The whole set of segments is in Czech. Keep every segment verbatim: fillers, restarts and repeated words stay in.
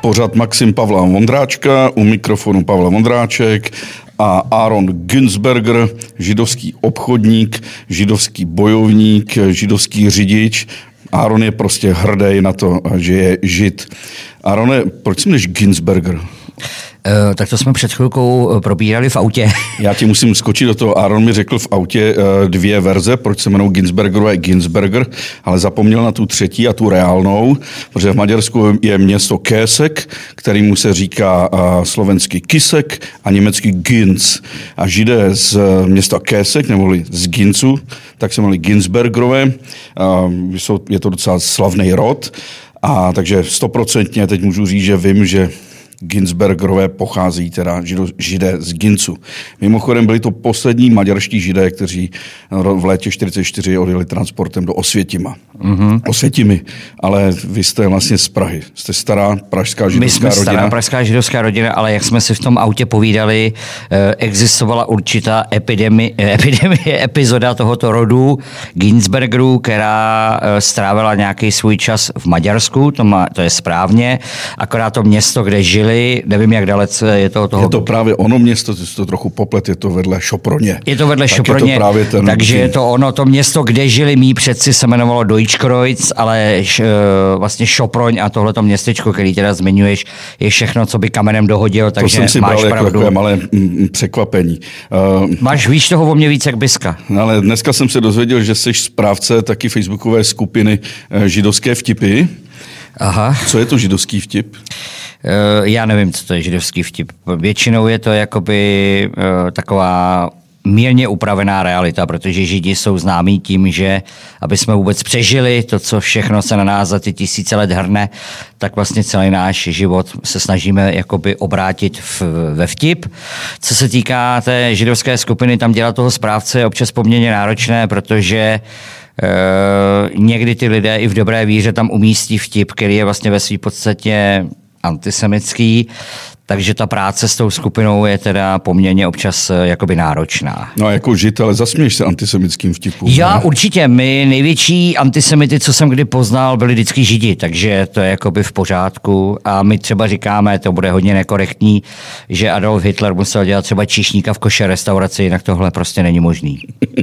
Pořad Maxim Pavla Vondráčka, u mikrofonu Pavel Vondráček a Aaron Günzberger, židovský obchodník, židovský bojovník, židovský řidič. Aaron je prostě hrdý na to, že je žid. Aarone, proč jsi jmenuješ Günzberger? Uh, tak to jsme před chvilkou probírali v autě. Já ti musím skočit do toho. Aaron mi řekl v autě uh, dvě verze, proč se jmenou Günzbergerové Günzberger, ale zapomněl na tu třetí a tu reálnou, protože v Maďarsku je město Kések, kterému se říká uh, slovensky Kisek a německy Günz. A židé z uh, města Kések, neboli z Günzu, tak se jmenují Günzbergerové. Uh, jsou, je to docela slavný rod. A takže stoprocentně teď můžu říct, že vím, že Günzbergerové pochází teda židé z Günzu. Mimochodem byli to poslední maďarští židé, kteří v létě čtyřicet čtyři odjeli transportem do Osvětima. Mm-hmm. Osvětimi, ale vy jste vlastně z Prahy. Jste stará pražská židovská rodina. My jsme rodina. stará pražská židovská rodina, ale jak jsme si v tom autě povídali, existovala určitá epidemie, epidemie epizoda tohoto rodu Günzbergerů, která strávila nějaký svůj čas v Maďarsku, to, má, to je správně, akorát to město, kde žili, nevím, jak dalece je to toho. Je to právě ono město, to, to trochu poplet, je to vedle Šoproně. Je to vedle tak Šoproně, je to ten... takže je to ono, to město, kde žili mý předci, se jmenovalo Deutschkreuz, ale š, vlastně Šoproň a tohleto městečko, který teda zmiňuješ, je všechno, co by kamenem dohodil, takže to jsem si máš bral pravdu. jako takové malé mm, překvapení. Uh, máš víš toho o mě víc jak Biska. Ale dneska jsem se dozvěděl, že jsi správce taky facebookové skupiny Židovské vtipy. Aha. Co je to židovský vtip? Já nevím, co to je židovský vtip. Většinou je to jakoby uh, taková mírně upravená realita, protože Židi jsou známí tím, že aby jsme vůbec přežili to, co všechno se na nás za ty tisíce let hrne, tak vlastně celý náš život se snažíme jakoby obrátit v, ve vtip. Co se týká té židovské skupiny, tam dělat toho správce je občas poměrně náročné, protože Uh, někdy ty lidé i v dobré víře tam umístí vtip, který je vlastně ve své podstatě antisemický, takže ta práce s tou skupinou je teda poměrně občas jakoby náročná. No a jako žid, ale zasměješ se antisemickým vtipům. Já ne? určitě. My největší antisemity, co jsem kdy poznal, byli vždycky Židi, takže to je jakoby v pořádku. A my třeba říkáme, to bude hodně nekorektní, že Adolf Hitler musel dělat třeba číšníka v koše restauraci, jinak tohle prostě není možný.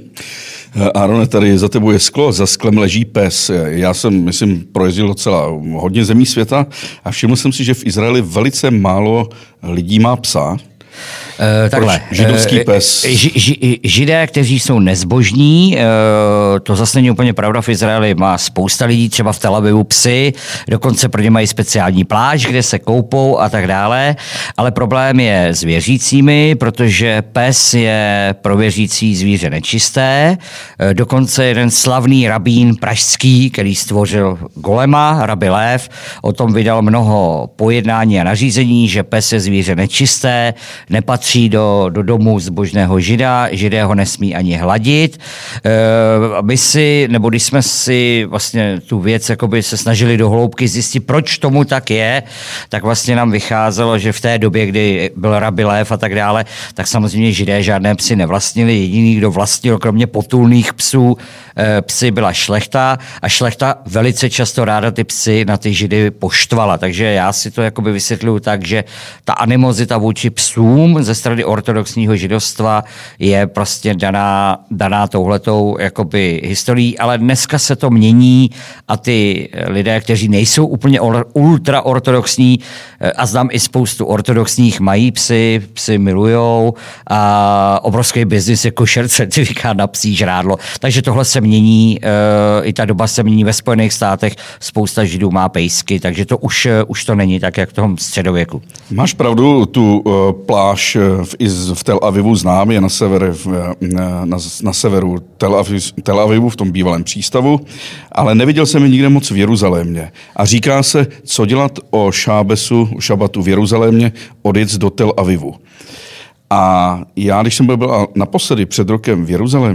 Aarone, tady za tebou je sklo, za sklem leží pes. Já jsem, myslím, projezdil docela hodně zemí světa a všiml jsem si, že v Izraeli velice málo lidí má psa. Uh, takhle. Proč židovský pes? Uh, ži, ži, židé, kteří jsou nezbožní, uh, to zase není úplně pravda, v Izraeli má spousta lidí, třeba v Tel Avivu psy, dokonce pro ně mají speciální pláž, kde se koupou a tak dále, ale problém je s věřícími, protože pes je pro věřící zvíře nečisté, uh, dokonce jeden slavný rabín pražský, který stvořil Golema, Rabbi Lev, o tom vydal mnoho pojednání a nařízení, že pes je zvíře nečisté, nepatří do, do domu zbožného žida, židé ho nesmí ani hladit. E, aby si, nebo když jsme si vlastně tu věc jakoby se snažili do hloubky zjistit, proč tomu tak je, tak vlastně nám vycházelo, že v té době, kdy byl Rabbi Lev a tak dále, tak samozřejmě židé žádné psy nevlastnili. Jediný, kdo vlastnil kromě potulných psů, e, psy byla šlechta a šlechta velice často ráda ty psy na ty židy poštvala. Takže já si to jakoby vysvětluju tak, že ta animozita vůči psům ze strany ortodoxního židovstva je prostě daná, daná touhletou jakoby historií, ale dneska se to mění a ty lidé, kteří nejsou úplně ultraortodoxní a znám i spoustu ortodoxních, mají psy, psy milujou a obrovský biznis je košer certifikát na psí žrádlo. Takže tohle se mění, i ta doba se mění ve Spojených státech, spousta židů má pejsky, takže to už, už to není tak, jak v tom středověku. Máš pravdu, tu uh, pláž v, v Tel Avivu znám, je na, sever, na, na, na severu Tel, Aviv, Tel Avivu, v tom bývalém přístavu, ale neviděl jsem ji nikde moc v Jeruzalémě. A říká se, co dělat o šábesu, o šabatu v Jeruzalémě, odjet do Tel Avivu. A já, když jsem byl naposledy před rokem v Jeruzalémě,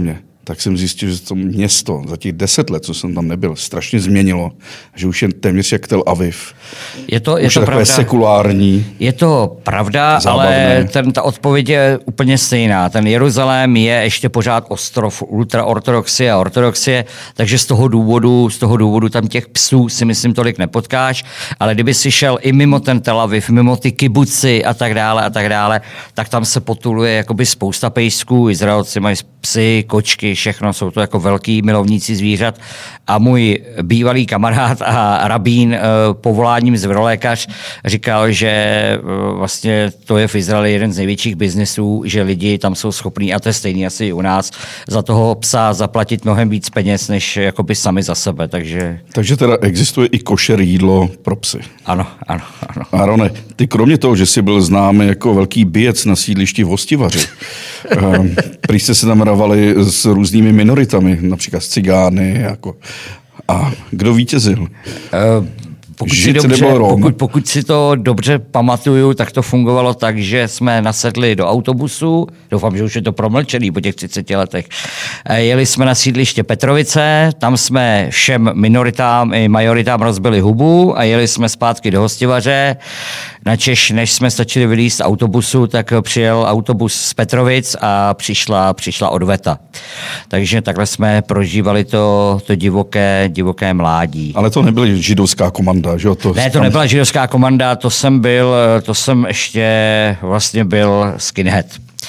tak jsem zjistil, že to město za těch deset let, co jsem tam nebyl, strašně změnilo. Že už je téměř jak Tel Aviv. Je to, je už to je takové pravda. sekulární. Je to pravda, zábavné. Ale ten, ta odpověď je úplně stejná. Ten Jeruzalém je ještě pořád ostrov ultraortodoxie a ortodoxie, takže z toho důvodu, z toho důvodu tam těch psů si myslím tolik nepotkáš, ale kdyby si šel i mimo ten Tel Aviv, mimo ty kibuci a tak dále a tak dále, tak tam se potuluje jakoby spousta pejsků, Izraelci mají psy, kočky, všechno, jsou to jako velký milovníci zvířat a můj bývalý kamarád a rabín povoláním zvěrolékař říkal, že vlastně to je v Izraeli jeden z největších biznesů, že lidi tam jsou schopní, a to je stejný asi i u nás, za toho psa zaplatit mnohem víc peněz, než jakoby sami za sebe, takže... Takže teda existuje i košer jídlo pro psy. Ano, ano, ano. Arone, ty kromě toho, že jsi byl známý jako velký bijec na sídlišti v Hostivaři, prý jste se tam hrávali s různými minoritami, například s cigány, jako... A kdo vítězil? Uh... Pokud si, dobře, pokud, pokud si to dobře pamatuju, tak to fungovalo tak, že jsme nasedli do autobusu, doufám, že už je to promlčený po těch třiceti letech. Jeli jsme na sídliště Petrovice, tam jsme všem minoritám i majoritám rozbili hubu a jeli jsme zpátky do Hostivaře. Načež, než jsme stačili vylízt z autobusu, tak přijel autobus z Petrovic a přišla, přišla odveta. Takže takhle jsme prožívali to, to divoké, divoké mládí. Ale to nebyla židovská komanda, že jo? To ne, to tam... nebyla židovská komanda, to jsem byl, to jsem ještě vlastně byl skinhead.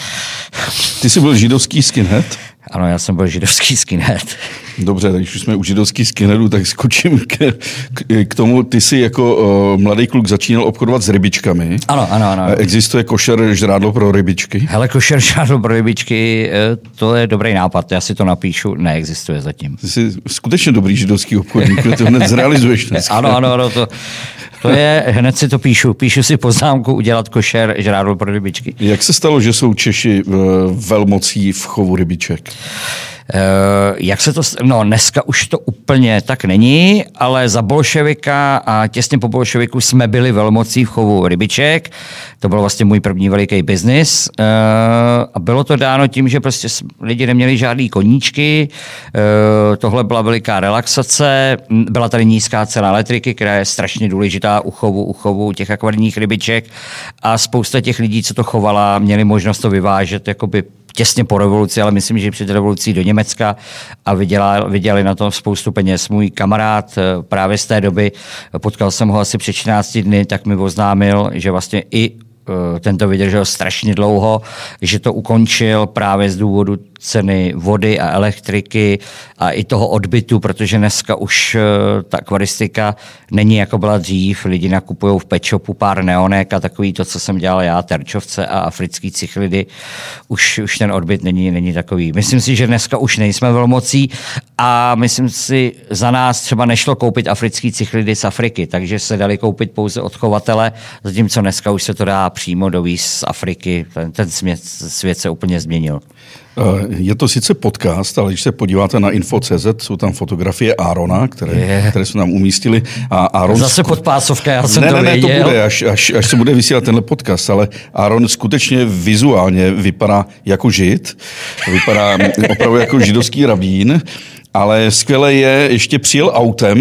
Ty jsi byl židovský skinhead? Ano, já jsem byl židovský skinhead. Dobře, tak když jsme u židovských skinheadů, tak skočím k, k, k tomu. Ty jsi jako uh, mladý kluk začínal obchodovat s rybičkami. Ano, ano, ano. Existuje košer žrádlo pro rybičky? Hele, košer žrádlo pro rybičky, to je dobrý nápad, já si to napíšu, neexistuje zatím. Ty jsi skutečně dobrý židovský obchodník, to hned zrealizuješ dneska. Ano, ano, ano, to... To je, hned si to píšu, píšu si poznámku udělat košer žrádlo pro rybičky. Jak se stalo, že jsou Češi velmocí v chovu rybiček? Uh, jak se to... No, dneska už to úplně tak není, ale za bolševika a těsně po bolševiku jsme byli velmocí v chovu rybiček. To byl vlastně můj první veliký biznis. Uh, a bylo to dáno tím, že prostě lidi neměli žádný koníčky. Uh, tohle byla veliká relaxace. Byla tady nízká cena elektriky, která je strašně důležitá u chovu, u chovu těch akvarijních rybiček. A spousta těch lidí, co to chovala, měli možnost to vyvážet jakoby těsně po revoluci, ale myslím, že před revolucí do Německa a vydělali, vydělali na tom spoustu peněz. Můj kamarád právě z té doby, potkal jsem ho asi před čtrnácti dny, tak mi oznámil, že vlastně i ten to vydržel strašně dlouho, že to ukončil právě z důvodu ceny vody a elektriky a i toho odbytu, protože dneska už ta akvaristika není jako byla dřív. Lidi nakupují v pet shopu pár neonek a takový to, co jsem dělal já, terčovce a africký cichlidy. Už, už ten odbyt není, není takový. Myslím si, že dneska už nejsme velmocí a myslím si, za nás třeba nešlo koupit africký cichlidy z Afriky, takže se dali koupit pouze od chovatele, zatímco dneska už se to dá přímo dovíz z Afriky. Ten, ten svět, svět se úplně změnil. Je to sice podcast, ale když se podíváte na info tečka cé zet, jsou tam fotografie Arona, které, které jsme nám umístili. A Aron Zase sku... podpásovka, já jsem ne, to ne, věděl. Ne, to bude, až, až, až se bude vysílat tenhle podcast, ale Aron skutečně vizuálně vypadá jako žid, vypadá opravdu jako židovský rabín, ale skvěle je, ještě přijel autem,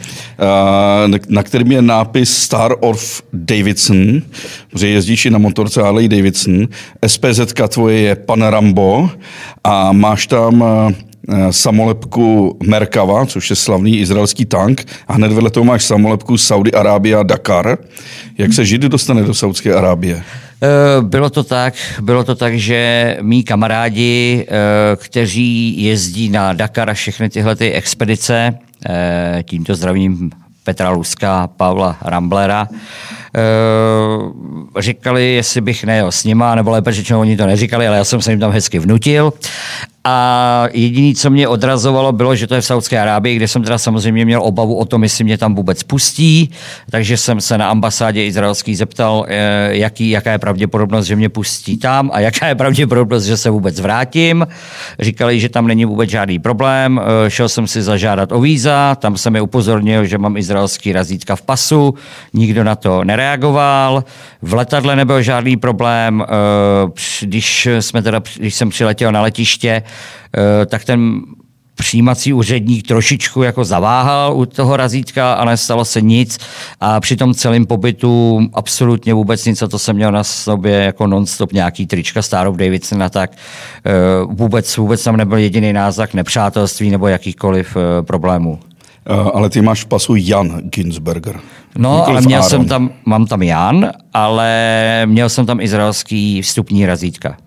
na kterým je nápis Star of Davidson, protože jezdíš i na motorce Harley Davidson, SPZka tvoje je Pan Rambo a máš tam samolepku Merkava, což je slavný izraelský tank, a hned vedle toho máš samolepku Saudi Arábia Dakar. Jak se Žid dostane do Saudské Arábie? Bylo to tak, bylo to tak, že mý kamarádi, kteří jezdí na Dakar a všechny tyhle ty expedice, tímto zdravím Petra Luska, Pavla Ramblera, říkali, jestli bych nejel s nima, nebo lépe řečeno, oni to neříkali, ale já jsem se jim tam hezky vnutil. A jediné, co mě odrazovalo, bylo, že to je v Saudské Arábii, kde jsem teda samozřejmě měl obavu o tom, jestli mě tam vůbec pustí. Takže jsem se na ambasádě izraelský zeptal, jaký, jaká je pravděpodobnost, že mě pustí tam a jaká je pravděpodobnost, že se vůbec vrátím. Říkali, že tam není vůbec žádný problém. Šel jsem si zažádat o víza, tam jsem mi upozornil, že mám izraelský razítka v pasu, nikdo na to nereagoval. V letadle nebyl žádný problém. Když, jsme teda, když jsem přiletěl na letiště, tak ten přijímací úředník trošičku jako zaváhal u toho razítka a nestalo se nic a při tom celém pobytu absolutně vůbec nic, a to jsem měl na sobě jako non-stop nějaký trička Star of Davidson a tak vůbec, vůbec tam nebyl jediný náznak nepřátelství nebo jakýchkoliv problémů. Ale ty máš v pasu Jan Ginsberger. No, ale měl jsem tam, mám tam Jan, ale měl jsem tam izraelský vstupní razítka.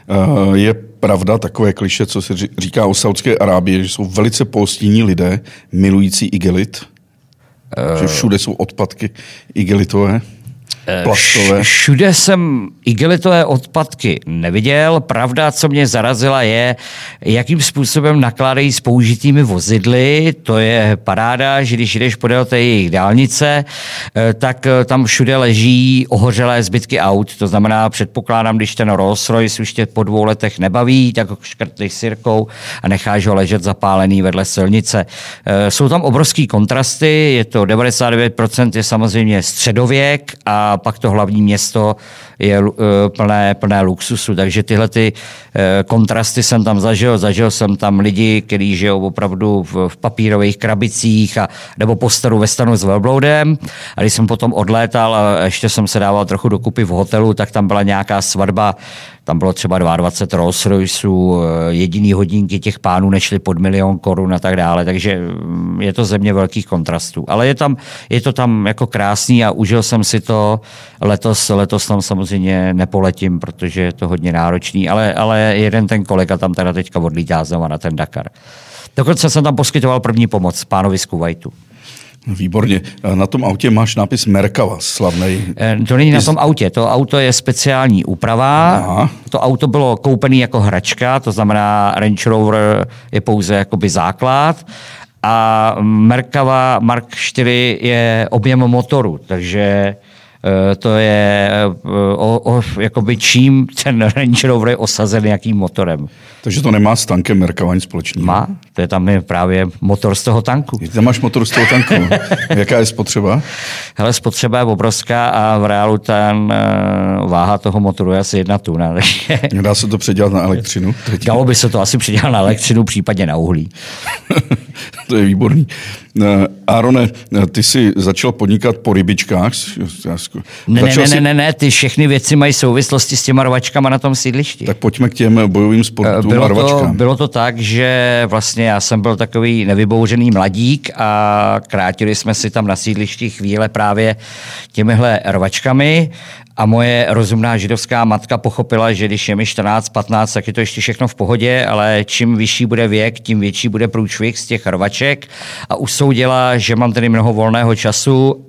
Je pravda takové kliše, co se říká o Saudské Arábii, že jsou velice pohostinní lidé, milující igelit? Uh, že všude jsou odpadky igelitové? Plastové. Všude jsem igelitové odpadky neviděl. Pravda, co mě zarazila, je, jakým způsobem nakládají s použitými vozidly. To je paráda, že když jdeš podél té jejich dálnice, tak tam všude leží ohořelé zbytky aut. To znamená, předpokládám, když ten Rolls Royce už tě po dvou letech nebaví, tak ho škrtneš sirkou a necháš ho ležet zapálený vedle silnice. Jsou tam obrovský kontrasty, je to devadesát devět procent je samozřejmě středověk a pak to hlavní město je plné, plné luxusu. Takže tyhle ty kontrasty jsem tam zažil. Zažil jsem tam lidi, kteří žijou opravdu v, v papírových krabicích a, nebo postaru ve stanu s velbloudem. A když jsem potom odlétal a ještě jsem se dával trochu dokupy v hotelu, tak tam byla nějaká svatba. Tam bylo třeba dvacet dva Rolls Royceů, jediný hodinky těch pánů nešly pod milion korun a tak dále, takže je to země velkých kontrastů. Ale je, tam, je to tam jako krásný a užil jsem si to. Letos, letos tam samozřejmě nepoletím, protože je to hodně náročný, ale, ale jeden ten kolega tam teda teďka odlítá znova na ten Dakar. Dokonce jsem tam poskytoval první pomoc pánovi z Kuwaitu. Výborně. Na tom autě máš nápis Merkava, slavnej. To není na tom autě, to auto je speciální úprava. Aha. To auto bylo koupené jako hračka, to znamená Range Rover je pouze jakoby základ a Merkava Mark čtyři je objem motoru, takže to je o, o, jakoby čím ten Range Rover je osazen jakým motorem. Takže to nemá s tankem Merkava nic společného. Má, to je tam je právě motor z toho tanku. Ty tam máš motor z toho tanku. Jaká je spotřeba? Hele, spotřeba je obrovská a v reálu ten váha toho motoru je asi jedna tuna. Dá se to předělat na elektřinu? Teď. Dalo by se to asi předělat na elektřinu, případně na uhlí. To je výborný. Arone, ty jsi začal podnikat po rybičkách? Ne, ne, ne, si... ne, ne, ty všechny věci mají souvislosti s těma rvačkama na tom sídlišti. Tak pojďme k těm bojovým sportům a rvačkám. To, bylo to tak, že vlastně já jsem byl takový nevybouřený mladík a krátili jsme si tam na sídlišti chvíle právě těmihle rvačkami. A moje rozumná židovská matka pochopila, že když je mi čtrnáct patnáct, tak je to ještě všechno v pohodě, ale čím vyšší bude věk, tím větší bude průšvih z těch rvaček a usoudila, že mám tedy mnoho volného času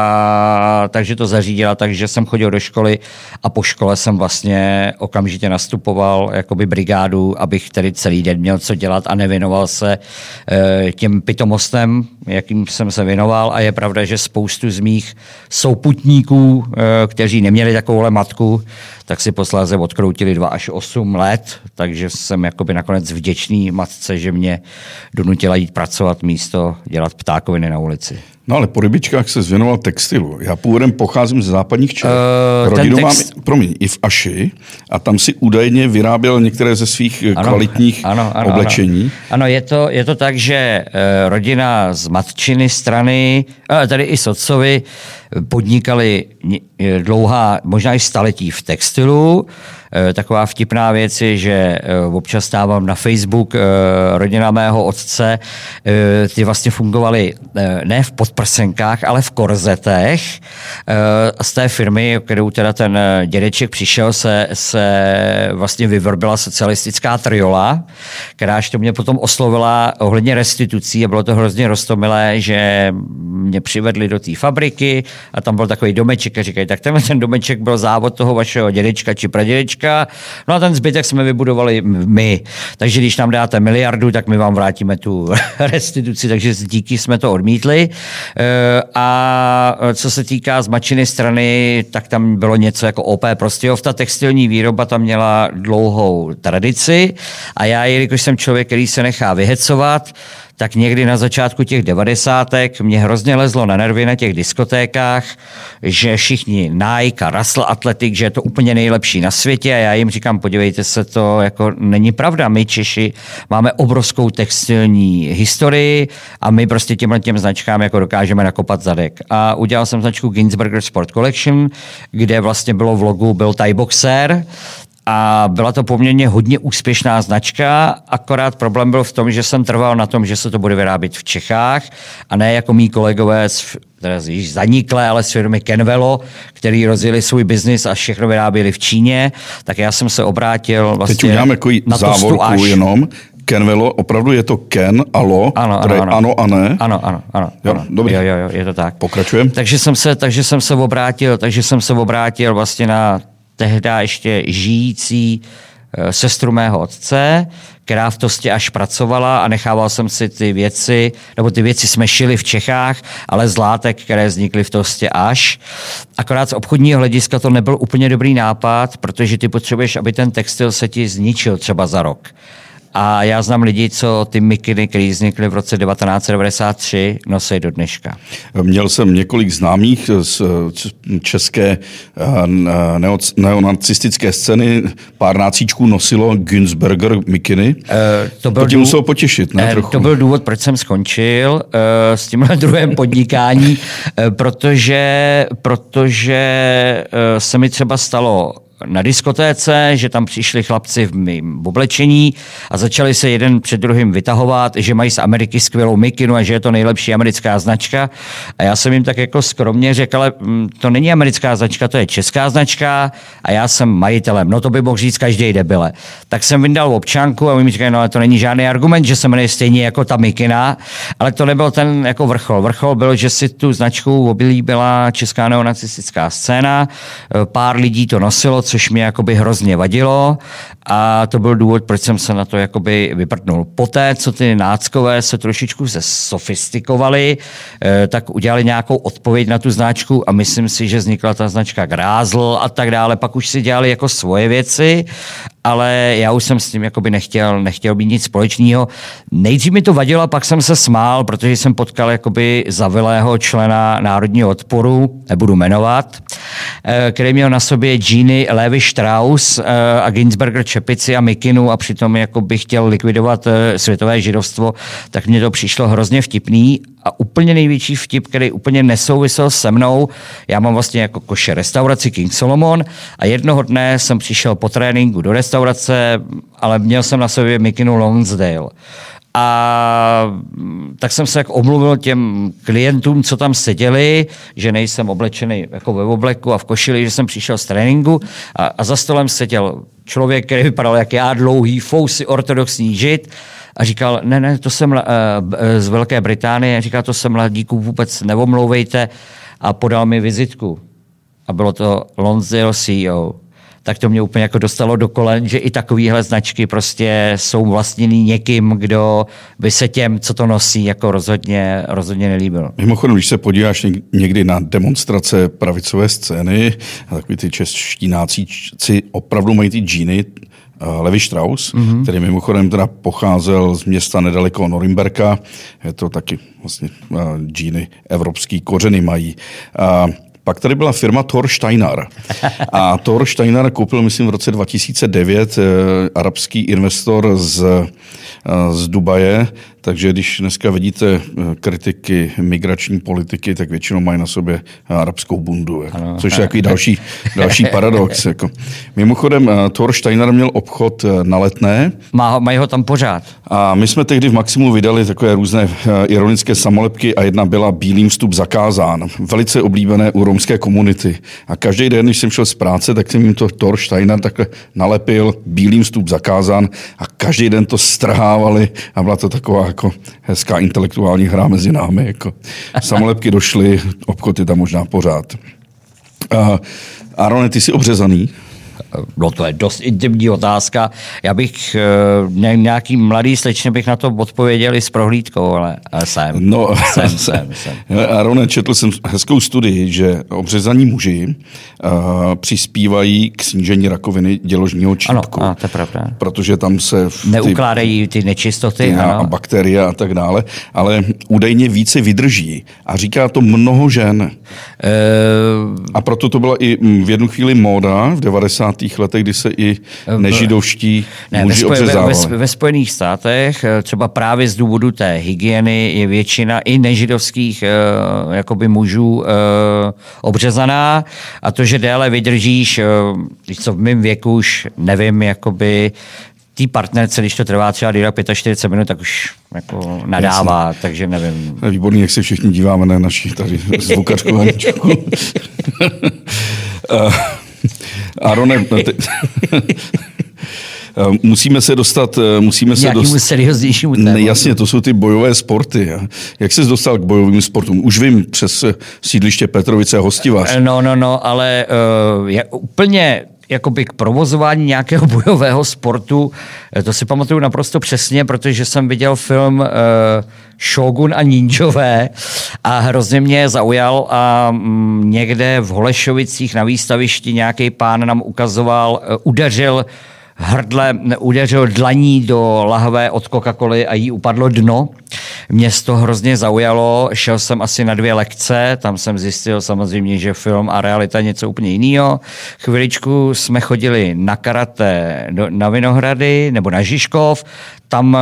a takže to zařídila, takže jsem chodil do školy a po škole jsem vlastně okamžitě nastupoval jakoby brigádu, abych tedy celý den měl co dělat a nevěnoval se e, těm pitomostem, jakým jsem se věnoval a je pravda, že spoustu z mých souputníků, e, kteří neměli takovouhle matku, tak si posléze odkroutili dva až osm let, takže jsem jakoby nakonec vděčný matce, že mě donutila jít pracovat místo dělat ptákoviny na ulici. No ale po rybičkách se zvěnoval textilu. Já původem pocházím ze západních Čech. Uh, Rodinu text... mám, promiň, i v Aši a tam si údajně vyráběl některé ze svých ano, kvalitních ano, ano, oblečení. Ano, ano je, to, je to tak, že uh, rodina z matčiny strany, uh, tady i z otcovy, podnikali dlouhá, možná i staletí v textilu. Taková vtipná věc je, že občas stávám na Facebook rodina mého otce, ty vlastně fungovaly ne v podprsenkách, ale v korzetech. Z té firmy, kterou teda ten dědeček přišel, se, se vlastně vyvrbila socialistická triola, kteráž to mě potom oslovila ohledně restitucí a bylo to hrozně roztomilé, že mě přivedli do té fabriky a tam byl takový domeček a říkají, tak tenhle ten domeček byl závod toho vašeho dědečka či pradědečka, no a ten zbytek jsme vybudovali my. Takže když nám dáte miliardu, tak my vám vrátíme tu restituci, takže díky jsme to odmítli. A co se týká zmačiny strany, tak tam bylo něco jako O P Prostějov. Ta textilní výroba tam měla dlouhou tradici a já, jelikož jsem člověk, který se nechá vyhecovat, tak někdy na začátku těch devadesátek mě hrozně lezlo na nervy na těch diskotékách, že všichni Nike a Russell Athletic, že je to úplně nejlepší na světě a já jim říkám, podívejte se, to jako není pravda. My Češi máme obrovskou textilní historii a my prostě těmhle těm značkám jako dokážeme nakopat zadek. A udělal jsem značku Ginsberger Sport Collection, kde vlastně bylo v logu byl Thai boxer, a byla to poměrně hodně úspěšná značka, akorát problém byl v tom, že jsem trval na tom, že se to bude vyrábět v Čechách a ne jako mý kolegové z, teda již zaniklé, ale z firmy Kenvelo, který rozjeli svůj biznis a všechno vyráběli v Číně, tak já jsem se obrátil vlastně teď uděláme jako na závorku až. Jenom. Kenvelo, opravdu je to Ken a Lo, ano, ano, ano. ano a ne? Ano, ano, ano. Jo, ano. dobrý. Jo, jo, jo, je to tak. Pokračujeme. Takže jsem se, takže jsem se obrátil, takže jsem se obrátil vlastně na tehdy ještě žijící sestru mého otce, která v Tostě až pracovala a nechával jsem si ty věci, nebo ty věci jsme šili v Čechách, ale z látek, které vznikly v Tostě až. Akorát z obchodního hlediska to nebyl úplně dobrý nápad, protože ty potřebuješ, aby ten textil se ti zničil třeba za rok. A já znám lidi, co ty mikiny, které vznikly v roce devatenáct set devadesát tři, nosí do dneška. Měl jsem několik známých z české neonacistické scény. Pár nácíčků nosilo Ginsberger mikiny. Uh, to byl to tě muselo potěšit, ne? Trochu. To byl důvod, proč jsem skončil uh, s tímhle druhém podnikání, uh, protože, protože uh, se mi třeba stalo na diskotéce, že tam přišli chlapci v mým oblečení a začali se jeden před druhým vytahovat, že mají z Ameriky skvělou mikinu a že je to nejlepší americká značka. A já jsem jim tak jako skromně řekl, ale to není americká značka, to je česká značka a já jsem majitelem. No to by mohl říct každý debile. Tak jsem vyndal občanku a oni mi říkají, no ale to není žádný argument, že se jmenuje stejně jako ta mikina, ale to nebyl ten jako vrchol. Vrchol byl, že si tu značku oblíbila česká neonacistická scéna, pár lidí to nosilo, což mě jakoby hrozně vadilo a to byl důvod, proč jsem se na to jakoby vyprdnul. Poté, co ty náckové se trošičku zesofistikovali, tak udělali nějakou odpověď na tu značku a myslím si, že vznikla ta značka Grázl a tak dále. Pak už si dělali jako svoje věci, ale já už jsem s tím jakoby nechtěl, nechtěl být nic společného. Nejdřív mi to vadilo a pak jsem se smál, protože jsem potkal jakoby zavilého člena Národního odporu, nebudu jmenovat, který měl na sobě džíny Levi Strauss a Ginsberger čepici a mikinu a přitom jakoby chtěl likvidovat světové židovstvo, tak mně to přišlo hrozně vtipný. A úplně největší vtip, který úplně nesouvisel se mnou, já mám vlastně jako koše restauraci King Solomon a jednoho dne jsem přišel po tréninku do restaurace, ale měl jsem na sobě mikinu Lonsdale. A tak jsem se jako omluvil těm klientům, co tam seděli, že nejsem oblečený jako ve obleku a v košili, že jsem přišel z tréninku a, a za stolem seděl člověk, který vypadal jak já, dlouhý, fousy, ortodoxní žid a říkal, ne, ne, to jsem uh, z Velké Británie, říkal, to jsem mladíků, vůbec neomlouvejte a podal mi vizitku. A bylo to Lonsdale C E O. Tak to mě úplně jako dostalo do kolen, že i takovéhle značky prostě jsou vlastněný někým, kdo by se těm, co to nosí, jako rozhodně, rozhodně nelíbil. Mimochodem, když se podíváš někdy na demonstrace pravicové scény, takový ty čeští nácíci opravdu mají ty džíny, Levi Strauss, mm-hmm. který mimochodem teda pocházel z města nedaleko Norimberka, je to taky vlastně džíny evropský kořeny mají. A pak tady byla firma Thor Steiner. A Thor Steiner koupil, myslím, v roce dva tisíce devět eh, arabský investor z, eh, z Dubaje. Takže když dneska vidíte kritiky migrační politiky, tak většinou mají na sobě arabskou bundu. Jako, ano, což je takový další, další paradox. Jako. Mimochodem, Thor Steiner měl obchod na Letné. Má, mají ho tam pořád. A my jsme tehdy v Maximu vydali takové různé ironické samolepky a jedna byla Bílým vstup zakázán. Velice oblíbené u romské komunity. A každý den, když jsem šel z práce, tak jsem jim to Thor Steiner takhle nalepil, Bílým vstup zakázán a každý den to strhávali a byla to taková jako hezká intelektuální hra mezi námi. Jako. Samolepky došly, obchod je tam možná pořád. Uh, Arone, ty jsi obřezaný? No to je dost intimní otázka. Já bych nějaký mladý slečně bych na to odpověděl i s prohlídkou, ale jsem. No, jsem, jsem, jsem. Arone, četl jsem hezkou studii, že obřezaní muži uh, přispívají k snížení rakoviny děložního čípku. Ano, to je pravda. Protože tam se... Ty, neukládají ty nečistoty. Ty, a bakterie a tak dále, ale údajně více vydrží. A říká to mnoho žen. Uh, a proto to byla i v jednu chvíli móda v devadesátých letech, kdy se i nežidovští ne, muži ve, obřezávali. Ve, ve Spojených státech třeba právě z důvodu té hygieny je většina i nežidovských uh, jakoby mužů uh, obřezaná a to, že déle vydržíš, uh, když co v mém věku už nevím, jakoby tý partnerce, když to trvá třeba díla čtyřicet pět minut, tak už jako nadává, Jasně. takže nevím. Výborný, jak se všichni díváme na naši tady zvukačku Haničku. Arone, musíme se dostat... Musíme se Nějakému dost... serióznějšímu tématu. Jasně, to jsou ty bojové sporty. Jak jsi dostal k bojovým sportům? Už vím, přes sídliště Petrovice Hostivař. No, no, no, ale uh, je, úplně... jakoby k provozování nějakého bojového sportu, to si pamatuju naprosto přesně, protože jsem viděl film uh, Shogun a ninjové a hrozně mě zaujal a mm, někde v Holešovicích na výstavišti nějaký pán nám ukazoval, uh, udeřil hrdle, udeřil dlaní do lahve od Coca-Coly a jí upadlo dno. Mě to hrozně zaujalo, šel jsem asi na dvě lekce, tam jsem zjistil samozřejmě, že film a realita je něco úplně jiného. Chviličku jsme chodili na karate na Vinohrady nebo na Žižkov, tam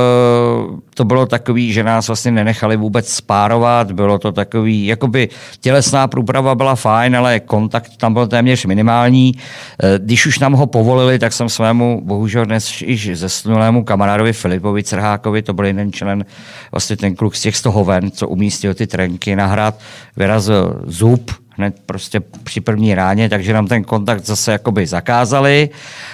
to bylo takový, že nás vlastně nenechali vůbec spárovat, bylo to takový, jakoby tělesná průprava byla fajn, ale kontakt tam byl téměř minimální. Když už nám ho povolili, tak jsem svému, bohužel dnes již zesnulému kamarádovi Filipovi Crhákovi, to byl jeden člen, vlastně ten kluk z těch stohoven, co umístil ty trenky na hrad, vyrazil zub hned prostě při první ráně, takže nám ten kontakt zase jakoby zakázali.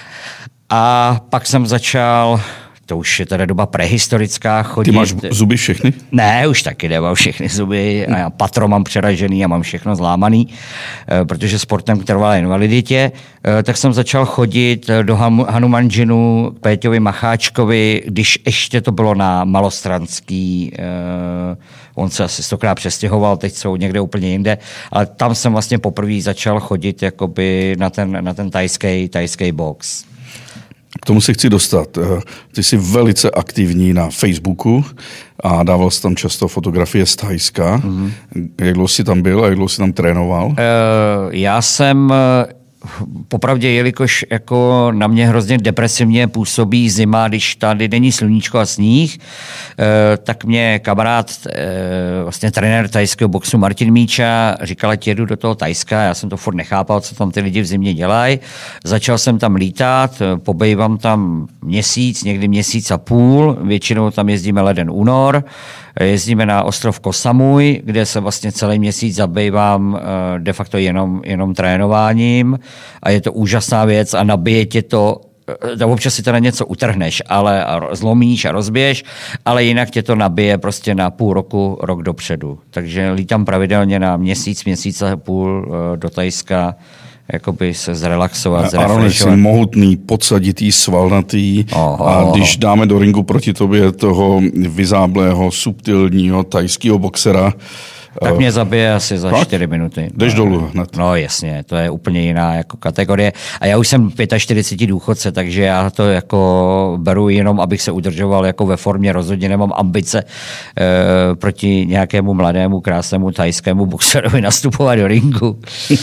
A pak jsem začal... To už je teda doba prehistorická. Chodit. Ty máš zuby všechny? Ne, už taky nemám všechny zuby. A já patro mám přeražený a mám všechno zlámaný, protože sportem k trvalé invaliditě. Tak jsem začal chodit do Hanumanjinu k Péťovi Macháčkovi, když ještě to bylo na Malostranský. On se asi stokrát přestěhoval, teď jsou někde úplně jinde. Ale tam jsem vlastně poprvé začal chodit jakoby na ten, na ten tajský, tajský box. K tomu se chci dostat. Ty jsi velice aktivní na Facebooku a dával jsi tam často fotografie z Thajska. Mm-hmm. Jak dlouho jsi tam byl a jak dlouho jsi tam trénoval? Uh, já jsem... Popravdě, jelikož jako na mě hrozně depresivně působí zima, když tady není sluníčko a sníh, tak mě kamarád, vlastně trenér thajského boxu Martin Míča říkal, ať jedu do toho Thajska, já jsem to furt nechápal, co tam ty lidi v zimě dělají. Začal jsem tam lítat, pobejvám tam měsíc, někdy měsíc a půl, většinou tam jezdíme leden únor, jezdíme na ostrov Koh Samui, kde se vlastně celý měsíc zabývám de facto jenom, jenom trénováním a je to úžasná věc a nabije tě to, občas si teda něco utrhneš, ale a zlomíš a rozbiješ, ale jinak tě to nabije prostě na půl roku, rok dopředu. Takže lítám pravidelně na měsíc, měsíc a půl do Thajska, jakoby se zrelaxovat, zrefrešovat. Jsi mohutný, podsaditý, svalnatý Oho. A když dáme do ringu proti tobě toho vyzáblého, subtilního thajského boxera, tak mě zabije asi za tak? čtyři minuty. Jdeš no, dolů hned. No jasně, to je úplně jiná jako kategorie. A já už jsem čtyřicet pět důchodce, takže já to jako beru jenom, abych se udržoval jako ve formě. Rozhodně nemám ambice e, proti nějakému mladému, krásnému thajskému boxerovi nastupovat do ringu.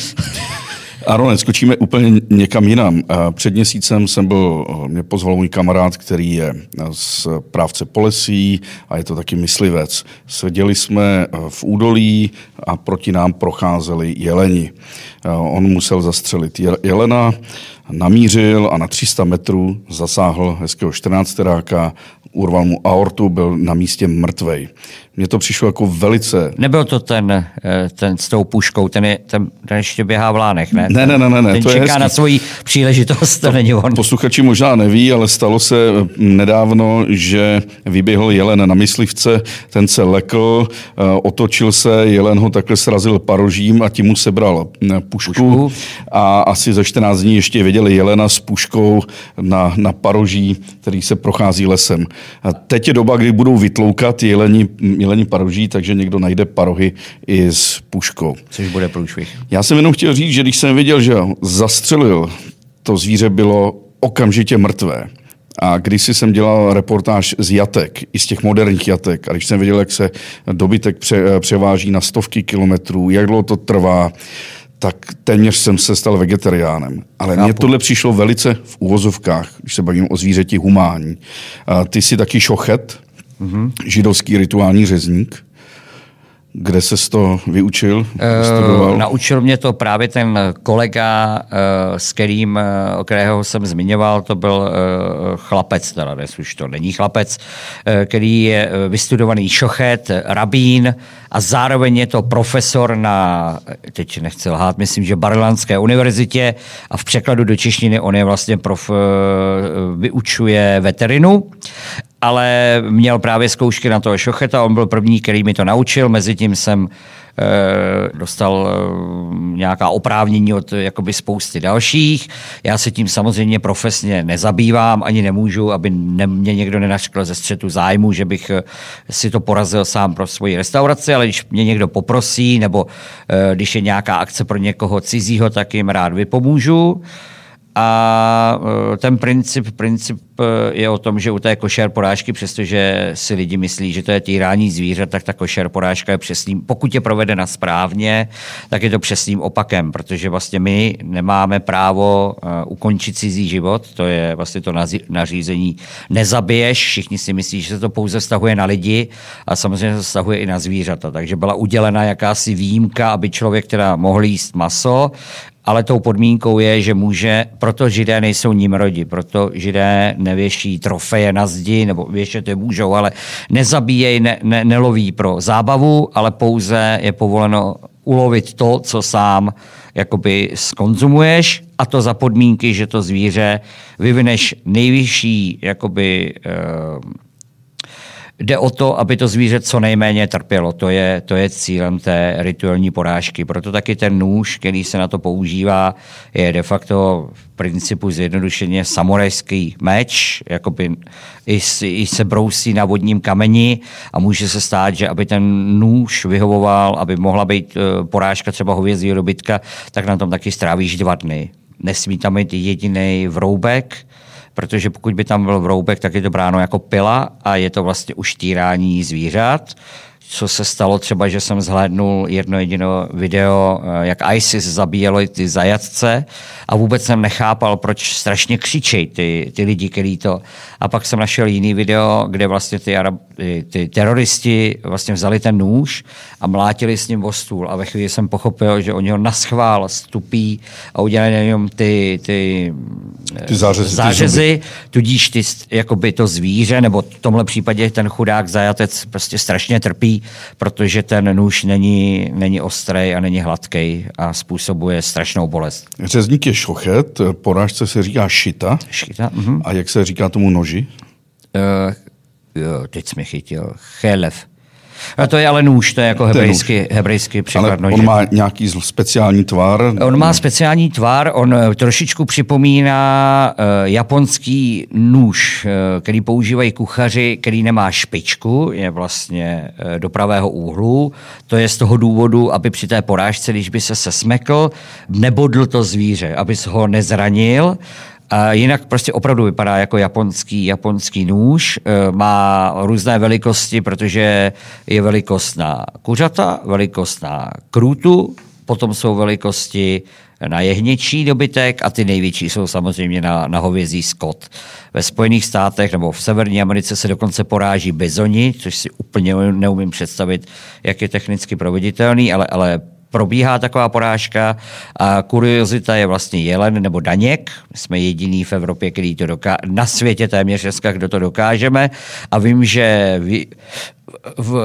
Arone, skočíme úplně někam jinam. Před měsícem jsem byl, mě pozval můj kamarád, který je z Právce Polesí a je to taky myslivec. Seděli jsme v údolí a proti nám procházeli jeleni. On musel zastřelit jelena, namířil a na tři sta metrů zasáhl hezkého čtrnácteráka, urval mu aortu, byl na místě mrtvej. Mně to přišlo jako velice... Nebyl to ten, ten s tou puškou, ten, je, ten, ten ještě běhá v lánech, ne? Ne, ne, ne, ne, ne ten to čeká je hezký. na svoji příležitost, to, to není on. Posluchači možná neví, ale stalo se nedávno, že vyběhl jelen na myslivce, ten se lekl, otočil se, jelen ho takhle srazil parožím a tím mu sebral pušku, pušku. A asi za čtrnáct dní ještě viděli jelena s puškou na, na paroží, který se prochází lesem. A teď je doba, kdy budou vytloukat jeleni, jeleni paroží, takže někdo najde parohy i s puškou. Což bude průšvih. Já jsem jenom chtěl říct, že když jsem viděl, že zastřelil, to zvíře bylo okamžitě mrtvé. A když jsem dělal reportáž z jatek, i z těch moderních jatek, a když jsem viděl, jak se dobytek pře, převáží na stovky kilometrů, jak dlouho to trvá, tak téměř jsem se stal vegetariánem. Ale Chápu. Mně tohle přišlo velice v uvozovkách, když se bavím o zvířeti humánní. A ty jsi taky šochet, mm-hmm. židovský rituální řezník. Kde ses to vyučil? Uh, naučil mě to právě ten kolega, uh, s kterým, uh, o kterého jsem zmiňoval, to byl uh, chlapec, teda dnes už to není chlapec, uh, který je vystudovaný šochet, rabín a zároveň je to profesor na, teď nechci lhát, myslím, že Barlanské univerzitě a v překladu do češtiny on je vlastně prof, uh, vyučuje veterinu. Ale měl právě zkoušky na toho šocheta, on byl první, který mi to naučil, mezitím jsem e, dostal e, nějaká oprávnění od jakoby spousty dalších. Já se tím samozřejmě profesně nezabývám, ani nemůžu, aby ne, mě někdo nenaškl ze střetu zájmu, že bych si to porazil sám pro svoji restauraci, ale když mě někdo poprosí, nebo e, když je nějaká akce pro někoho cizího, tak jim rád vypomůžu. A ten princip, princip je o tom, že u té košer porážky, přestože si lidi myslí, že to je týrání zvířat, tak ta košer porážka je přesným, pokud je provedena správně, tak je to přesným opakem, protože vlastně my nemáme právo ukončit cizí život, to je vlastně to nařízení nezabiješ, všichni si myslí, že se to pouze vztahuje na lidi a samozřejmě se vztahuje i na zvířata, takže byla udělena jakási výjimka, aby člověk teda mohl jíst maso, ale tou podmínkou je, že může, proto Židé nejsou nímrodi, proto Židé nevěší trofeje na zdi, nebo věšet je můžou, ale nezabíjejí, ne, ne, neloví pro zábavu, ale pouze je povoleno ulovit to, co sám jakoby skonzumuješ, a to za podmínky, že to zvíře vyvineš nejvyšší jakoby eh, jde o to, aby to zvíře co nejméně trpělo. To je, to je cílem té rituální porážky. Proto taky ten nůž, který se na to používá, je de facto v principu zjednodušeně samurajský meč, jakoby i, i se brousí na vodním kameni a může se stát, že aby ten nůž vyhovoval, aby mohla být porážka třeba hovězího dobytka, tak na tom taky strávíš dva dny. Nesmí tam být jediný vroubek, protože pokud by tam byl vroubek, tak je to bráno jako pila a je to vlastně už týrání zvířat. Co se stalo třeba, že jsem zhlédnul jedno jediné video, jak ISIS zabíjelo ty zajatce a vůbec jsem nechápal, proč strašně křičejí ty, ty lidi, který to... A pak jsem našel jiný video, kde vlastně ty, Arab, ty, ty teroristi vlastně vzali ten nůž a mlátili s ním o stůl. A ve chvíli jsem pochopil, že oni ho naschvál stupí a udělali na něm ty, ty, ty zářezy, zářezy ty tudíž ty, jakoby to zvíře, nebo v tomhle případě ten chudák zajatec prostě strašně trpí, protože ten nůž není, není ostrý a není hladký a způsobuje strašnou bolest. Řezník je šochet, porážce se říká šita. Šita, mhm. A jak se říká tomu noži? Uh, jo, teď jsi mě chytil. Chelev. A to je ale nůž, to je jako hebrejský, hebrejský překlad nože. On má nějaký speciální tvar? On má speciální tvar, on trošičku připomíná uh, japonský nůž, uh, který používají kuchaři, který nemá špičku, je vlastně uh, do pravého úhlu. To je z toho důvodu, aby při té porážce, když by se sesmekl, nebodl to zvíře, aby se ho nezranil. A jinak prostě opravdu vypadá jako japonský, japonský nůž, má různé velikosti, protože je velikost na kuřata, velikost na krůtu, potom jsou velikosti na jehněčí dobytek a ty největší jsou samozřejmě na, na hovězí skot. Ve Spojených státech nebo v Severní Americe se dokonce poráží bizoni, což si úplně neumím představit, jak je technicky proveditelný, ale, ale probíhá taková porážka a kuriozita je vlastně jelen nebo daněk. Jsme jediný v Evropě, který to doká- na světě téměř dneska, kdo to dokážeme. A vím, že vy, v,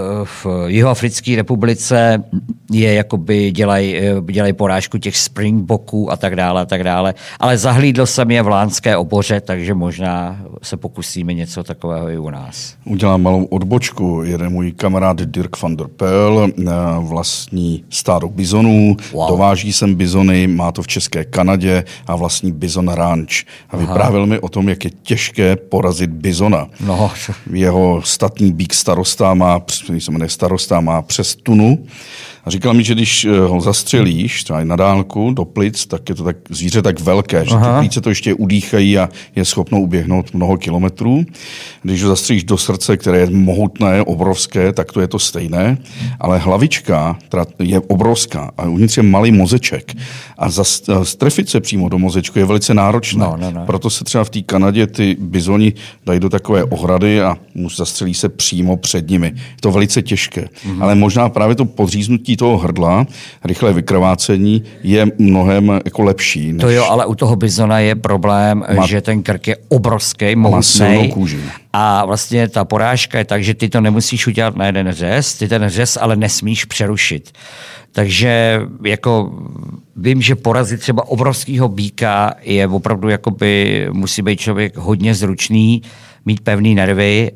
v Jihoafrické republice je jakoby dělají dělaj porážku těch springboků a tak dále a tak dále. Ale zahlídl jsem je v Lánské oboře, takže možná se pokusíme něco takového i u nás. Udělám malou odbočku. Jeden můj kamarád Dirk van der Pel vlastní stádo bizonů, wow. Dováží sem bizony, má to v České Kanadě a vlastní bizon ranch. A vyprávěl mi o tom, jak je těžké porazit bizona. No. Jeho statný bík starosta má, se jmenuje starosta, má přes tunu. A říkal mi, že když ho zastřelíš třeba na dálku do plic, tak je to tak zvíře tak velké, že ty plíce to ještě udýchají a je schopno uběhnout mnoho kilometrů. Když ho zastřelíš do srdce, které je mohutné, obrovské, tak to je to stejné. Ale hlavička je obrovská a uvnitř je malý mozeček. A strefit se přímo do mozečku je velice náročné. No, no, no. Proto se třeba v té Kanadě ty bizoni dají do takové ohrady a zastřelí se přímo před nimi. Je to velice těžké. Mm-hmm. Ale možná právě to podříznutí toho hrdla, rychlé vykrvácení je mnohem jako lepší. Než... To jo, ale u toho bizona je problém, má... že ten krk je obrovský, mohutnej. A vlastně ta porážka je tak, že ty to nemusíš udělat na jeden řez, ty ten řez ale nesmíš přerušit. Takže jako vím, že porazit třeba obrovského býka je opravdu jakoby, musí být člověk hodně zručný, mít pevný nervy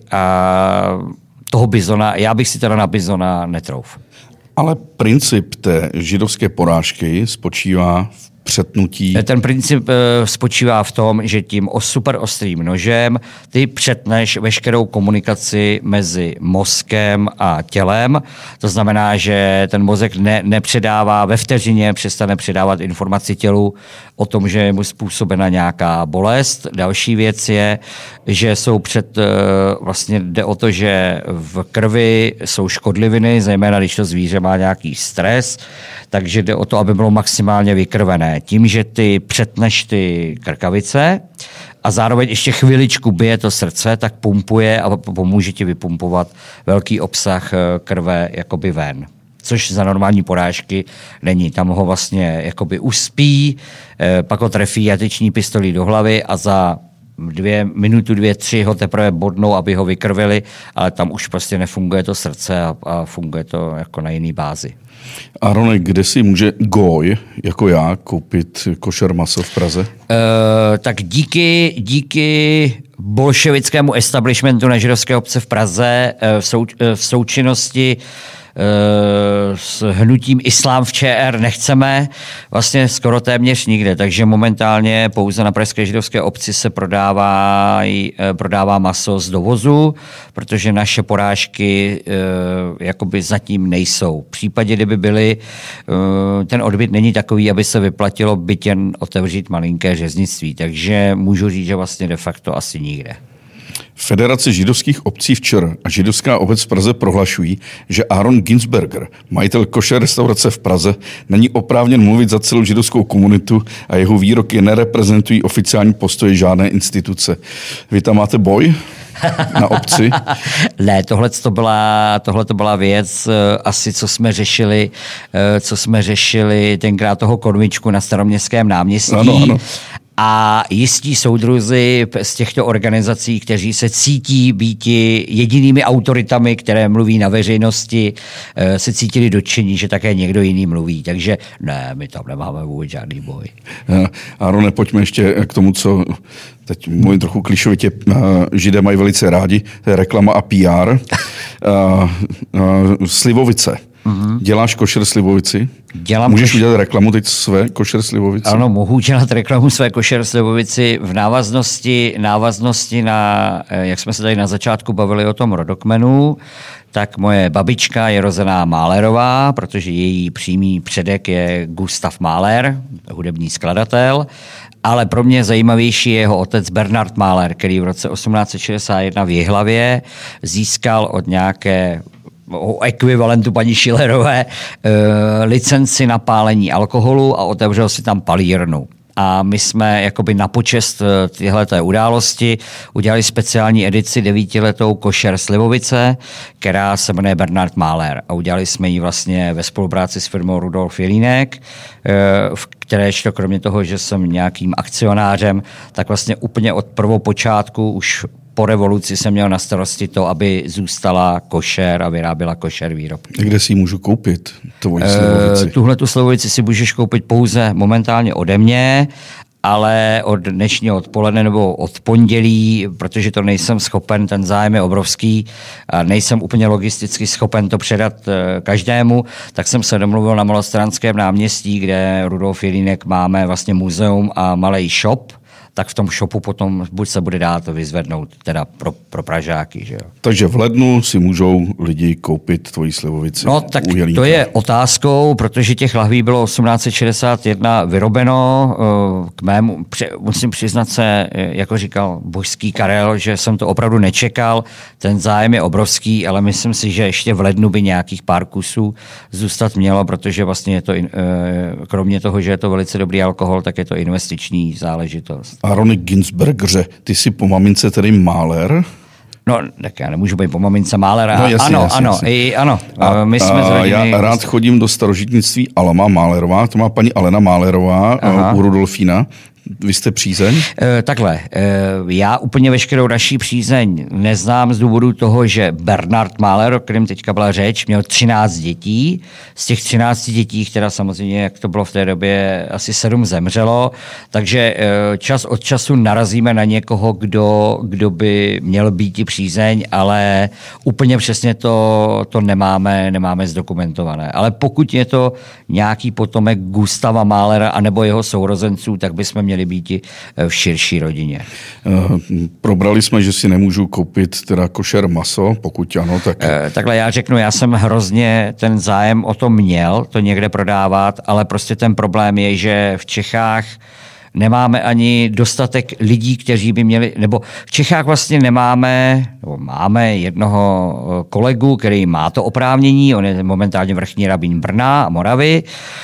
a toho bizona, já bych si teda na bizona netrouf. Ale princip té židovské porážky spočívá v přetnutí. Ten princip e, spočívá v tom, že tím super ostrým nožem ty přetneš veškerou komunikaci mezi mozkem a tělem. To znamená, že ten mozek ne, nepředává ve vteřině, přestane předávat informaci tělu o tom, že je mu způsobena nějaká bolest. Další věc je, že jsou před, e, vlastně jde o to, že v krvi jsou škodliviny, zejména když to zvíře má nějaký stres, takže jde o to, aby bylo maximálně vykrvené. Tím, že ty přetneš ty krkavice a zároveň ještě chviličku bije to srdce, tak pumpuje a pomůže ti vypumpovat velký obsah krve jakoby ven. Což za normální porážky není. Tam ho vlastně jakoby uspí, pak ho trefí jateční pistolí do hlavy a za dvě minutu, dvě, tři ho teprve bodnou, aby ho vykrvili, ale tam už prostě nefunguje to srdce a, a funguje to jako na jiný bázi. Arone, kde si může goj, jako já, koupit košer maso v Praze? E, tak díky, díky bolševickému establishmentu na židovské obce v Praze v, sou, v součinnosti s hnutím Islám v Č R nechceme vlastně skoro téměř nikde, takže momentálně pouze na pražské židovské obci se prodává, prodává maso z dovozu, protože naše porážky jakoby zatím nejsou. V případě, kdyby byly, ten odbyt není takový, aby se vyplatilo byt jen otevřít malinké řeznictví, takže můžu říct, že vlastně de facto asi nikde. Federace židovských obcí v ČR a židovská obec v Praze prohlašují, že Aaron Ginsberger, majitel košer restaurace v Praze, není oprávněn mluvit za celou židovskou komunitu a jeho výroky nereprezentují oficiální postoje žádné instituce. Vy tam máte boj na obci? Ne, tohle to byla, tohle to byla věc, asi co jsme řešili, co jsme řešili tenkrát toho konvičku na Staroměstském náměstí. Ano, ano. A jistí soudruzi z těchto organizací, kteří se cítí býti jedinými autoritami, které mluví na veřejnosti, se cítili dotčení, že také někdo jiný mluví. Takže ne, my tam nemáme vůbec žádný boj. Arone, pojďme ještě k tomu, co teď mluvím trochu klišovitě, Židé mají velice rádi, to je reklama a P R. Slivovice. Mm-hmm. Děláš košer slivovici? Dělám Můžeš koš... udělat reklamu teď své košer slivovici? Ano, mohu dělat reklamu své košer slivovici v návaznosti, návaznosti na, jak jsme se tady na začátku bavili o tom rodokmenu, tak moje babička je rozená Mahlerová, protože její přímý předek je Gustav Mahler, hudební skladatel, ale pro mě zajímavější je jeho otec Bernard Mahler, který v roce osmnáct set šedesát jedna v Jihlavě získal od nějaké o ekvivalentu paní Schillerové e, licenci na pálení alkoholu a otevřel si tam palírnu. A my jsme jakoby na počest téhleté události udělali speciální edici devítiletou Košer Slivovice, která se jmenuje Bernard Mahler. A udělali jsme ji vlastně ve spolupráci s firmou Rudolf Jelínek, v kteréž to kromě toho, že jsem nějakým akcionářem, tak vlastně úplně od prvopočátku už po revoluci jsem měl na starosti to, aby zůstala košer a vyráběla košer výrobky. Kde si ji můžu koupit, tvoji slivovici? E, Tuhle tu slivovici si můžeš koupit pouze momentálně ode mě, ale od dnešního odpoledne nebo od pondělí, protože to nejsem schopen, ten zájem je obrovský, a nejsem úplně logisticky schopen to předat každému, tak jsem se domluvil na Malostranském náměstí, kde Rudolf Jelínek máme vlastně muzeum a malej shop, tak v tom shopu potom buď se bude dát vyzvednout teda pro, pro Pražáky. Že jo. Takže v lednu si můžou lidi koupit tvoji slivovici. No tak to je otázkou, protože těch lahví bylo osmnáct set šedesát jedna vyrobeno. K mému, musím přiznat se, jako říkal božský Karel, že jsem to opravdu nečekal. Ten zájem je obrovský, ale myslím si, že ještě v lednu by nějakých pár kusů zůstat mělo, protože vlastně je to, kromě toho, že je to velice dobrý alkohol, tak je to investiční záležitost. Arone Ginsbergře, ty jsi po mamince tedy máler? No, tak já nemůžu být po mamince málera. No, jasně, ano, jasně, ano, jasně. I, ano. A, my jsme a já rád chodím do starožitnictví Alma Málerová, to má paní Alena Málerová Aha. u Rudolfína. Vy jste přízeň? E, takhle, e, já úplně veškerou naší přízeň neznám z důvodu toho, že Bernard Mahler, o kterém teďka byla řeč, měl třináct dětí. Z těch třinácti dětí, která samozřejmě, jak to bylo v té době, asi sedm zemřelo. Takže e, čas od času narazíme na někoho, kdo, kdo by měl být i přízeň, ale úplně přesně to, to nemáme, nemáme zdokumentované. Ale pokud je to nějaký potomek Gustava Mahlera anebo jeho sourozenců, tak bychom měli být i v širší rodině. Probrali jsme, že si nemůžu koupit teda košer maso, pokud ano, tak... Takhle já řeknu, já jsem hrozně ten zájem o to měl, to někde prodávat, ale prostě ten problém je, že v Čechách nemáme ani dostatek lidí, kteří by měli, nebo v Čechách vlastně nemáme, nebo máme jednoho kolegu, který má to oprávnění, on je momentálně vrchní rabín Brna a Moravy,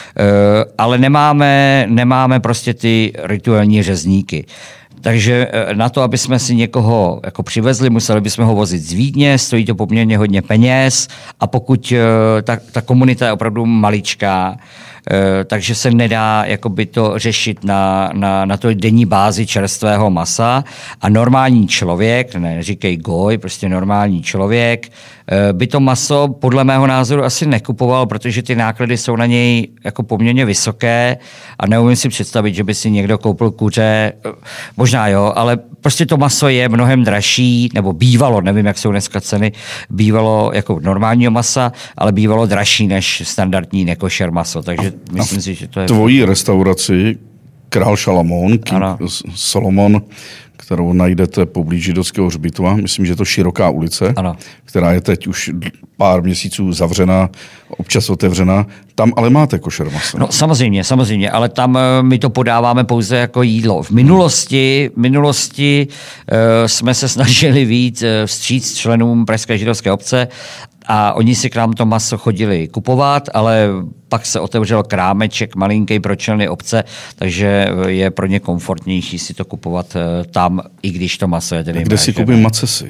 ale nemáme, nemáme prostě ty rituální řezníky. Takže na to, aby jsme si někoho jako přivezli, museli bychom ho vozit z Vídně, stojí to poměrně hodně peněz a pokud ta, ta komunita je opravdu maličká, takže se nedá jakoby to řešit na, na, na to denní bázi čerstvého masa a normální člověk, ne, neříkej goj, prostě normální člověk, by to maso podle mého názoru asi nekupoval, protože ty náklady jsou na něj jako poměrně vysoké a neumím si představit, že by si někdo koupil kuře, možná jo, ale prostě to maso je mnohem dražší, nebo bývalo, nevím, jak jsou dneska ceny, bývalo jako normálního masa, ale bývalo dražší než standardní nekošer maso, takže myslím si, že to je... Tvojí restauraci Král Šalamón, King Solomon, kterou najdete poblíž židovského hřbitova, myslím, že je to Široká ulice, ano. která je teď už pár měsíců zavřená, občas otevřená. Tam ale máte košer maso. No samozřejmě, samozřejmě, ale tam my to podáváme pouze jako jídlo. V minulosti, v minulosti uh, jsme se snažili víc uh, vstříc členům Pražské židovské obce a oni si k nám to maso chodili kupovat, ale pak se otevřel krámeček malinký pro členy obce, takže je pro ně komfortnější si to kupovat tam, i když to maso je tedy Kde si koupím macesy?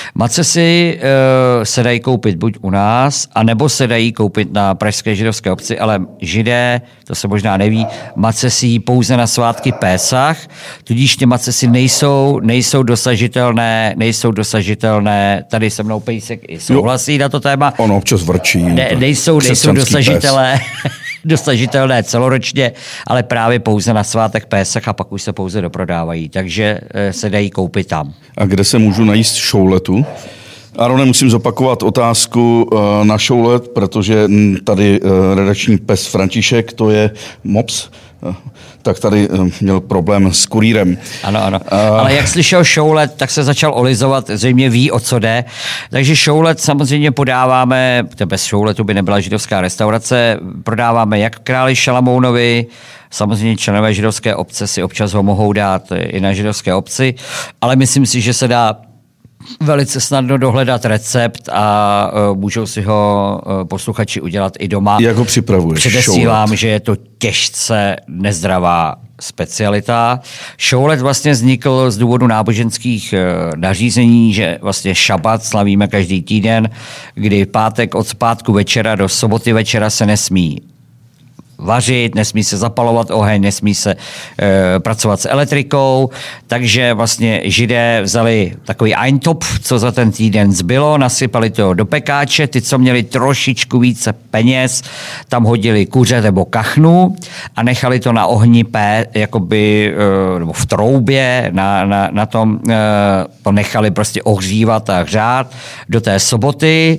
Macesy uh, se dají koupit buď u nás, anebo se dají koupit na Pražské židovské obci, ale židé, to se možná neví, macesí pouze na svátky Pésach, tudíž ty macesy nejsou, nejsou dosažitelné, nejsou dosažitelné, tady se mnou Pejsek i souhlasí jo. na to téma. Ono občas vrčí. Ne, nejsou, nejsou dosažitelné. dosažitelné celoročně, ale právě pouze na svátek Pésach a pak už se pouze doprodávají, takže se dají koupit tam. A kde se můžu najíst šouletu? Arone, musím zopakovat otázku na šoulet, protože tady redakční pes František, to je mops, tak tady měl problém s kurýrem. Ano, ano. Uh... Ale jak slyšel šoulet, tak se začal olizovat, zřejmě ví, o co jde. Takže šoulet samozřejmě podáváme, bez šouletu by nebyla židovská restaurace, prodáváme jak králi Šalamounovi, samozřejmě členové židovské obce si občas ho mohou dát i na židovské obci, ale myslím si, že se dá velice snadno dohledat recept a uh, můžou si ho uh, posluchači udělat i doma. Jak ho připravuješ? Předesílám, Šoulet. že je to těžce nezdravá specialita. Šoulet vlastně vznikl z důvodu náboženských uh, nařízení, že vlastně šabat slavíme každý týden, kdy pátek od zpátku večera do soboty večera se nesmí vařit, nesmí se zapalovat oheň, nesmí se e, pracovat s elektrikou, takže vlastně Židé vzali takový Eintopf, co za ten týden zbylo, nasypali to do pekáče, ty, co měli trošičku více peněz, tam hodili kuře nebo kachnu a nechali to na ohni pé, jakoby, e, nebo v troubě, na, na, na tom e, to nechali prostě ohřívat a hřát do té soboty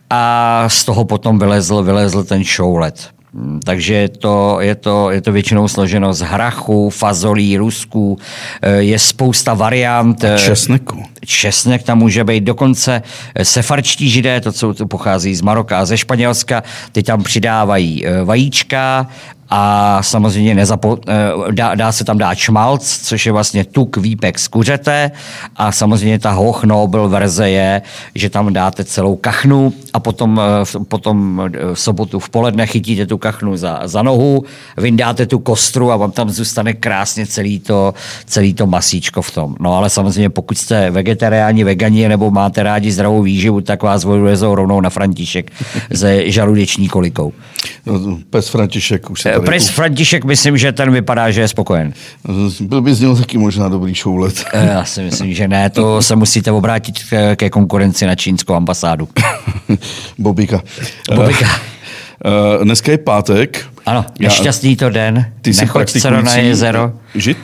a z toho potom vylezl, vylezl ten šoulet. Takže to, je, to, je to většinou složeno z hrachu, fazolí, rusků, je spousta variant. A česneku. Česnek tam může být, dokonce sefarčtí Židé, to, co tu pochází z Maroka a ze Španělska, ty tam přidávají vajíčka a samozřejmě nezapo- dá, dá se tam dát šmalc, což je vlastně tuk, výpek z kuřete a samozřejmě ta hoch nobel verze je, že tam dáte celou kachnu a potom, potom v sobotu v poledne chytíte tu kachnu za, za nohu, vyndáte tu kostru a vám tam zůstane krásně celý to, celý to masíčko v tom. No ale samozřejmě pokud jste vegetariáni, vegani nebo máte rádi zdravou výživu, tak vás vylezou rovnou na František se žaludeční kolikou. No, pes František už se Pes František, myslím, že ten vypadá, že je spokojen. Byl by z něho taky možná dobrý šoulet. Já si myslím, že ne, to se musíte obrátit ke konkurenci na čínskou ambasádu. Bobika. Bobika. Uh, dneska je pátek. Ano, nešťastný to den. Ty jsi Nechoď na jezero. Žid?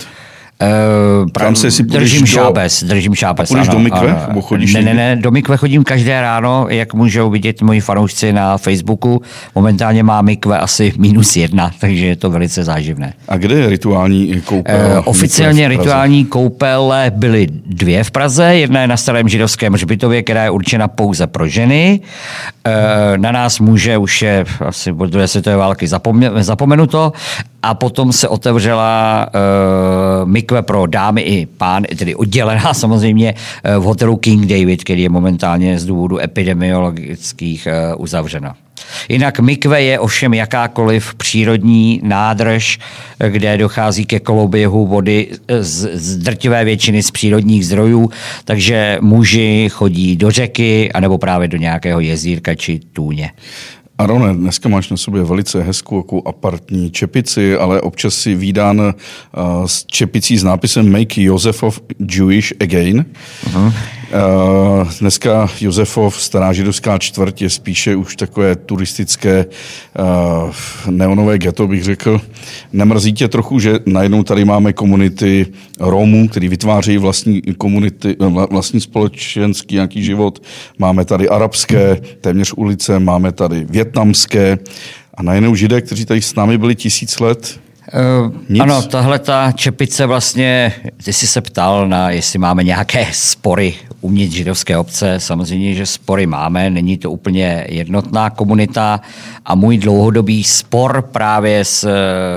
Uh, pra, se držím do... šábes, držím šábes. A do mikve? Ano. Chodíš ne, ne, ne, do mikve chodím každé ráno, jak můžou vidět moji fanoušci na Facebooku. Momentálně má mikve asi minus jedna, takže je to velice záživné. A kde je rituální koupel? Uh, oficiálně rituální koupele byly dvě v Praze. Jedna je na Starém židovském hřbitově, která je určena pouze pro ženy. Uh, na nás může, už je asi od druhé světové války zapomně, zapomenuto. A potom se otevřela uh, mikve pro dámy i pány, tedy oddělená samozřejmě uh, v hotelu King David, který je momentálně z důvodu epidemiologických uh, uzavřena. Jinak mikve je ovšem jakákoliv přírodní nádrž, kde dochází ke koloběhu vody z, z drtivé většiny z přírodních zdrojů, takže muži chodí do řeky anebo právě do nějakého jezírka či tůně. Arone, dneska máš na sobě velice hezkou jako apartní čepici, ale občas si vídán uh, s čepicí s nápisem Make Josefov Jewish Again. Uh-huh. Uh, dneska Josefov, stará židovská čtvrť, je spíše už takové turistické uh, neonové ghetto, bych řekl. Nemrzí tě trochu, že najednou tady máme komunity Romů, který vytváří vlastní komunity, vlastní společenský nějaký život. Máme tady arabské, téměř ulice, máme tady vietnamské a najednou Židé, kteří tady s námi byli tisíc let. Uh, ano, tahle ta čepice vlastně, ty jsi se ptal, na, jestli máme nějaké spory uvnitř židovské obce. Samozřejmě, že spory máme, není to úplně jednotná komunita a můj dlouhodobý spor právě s,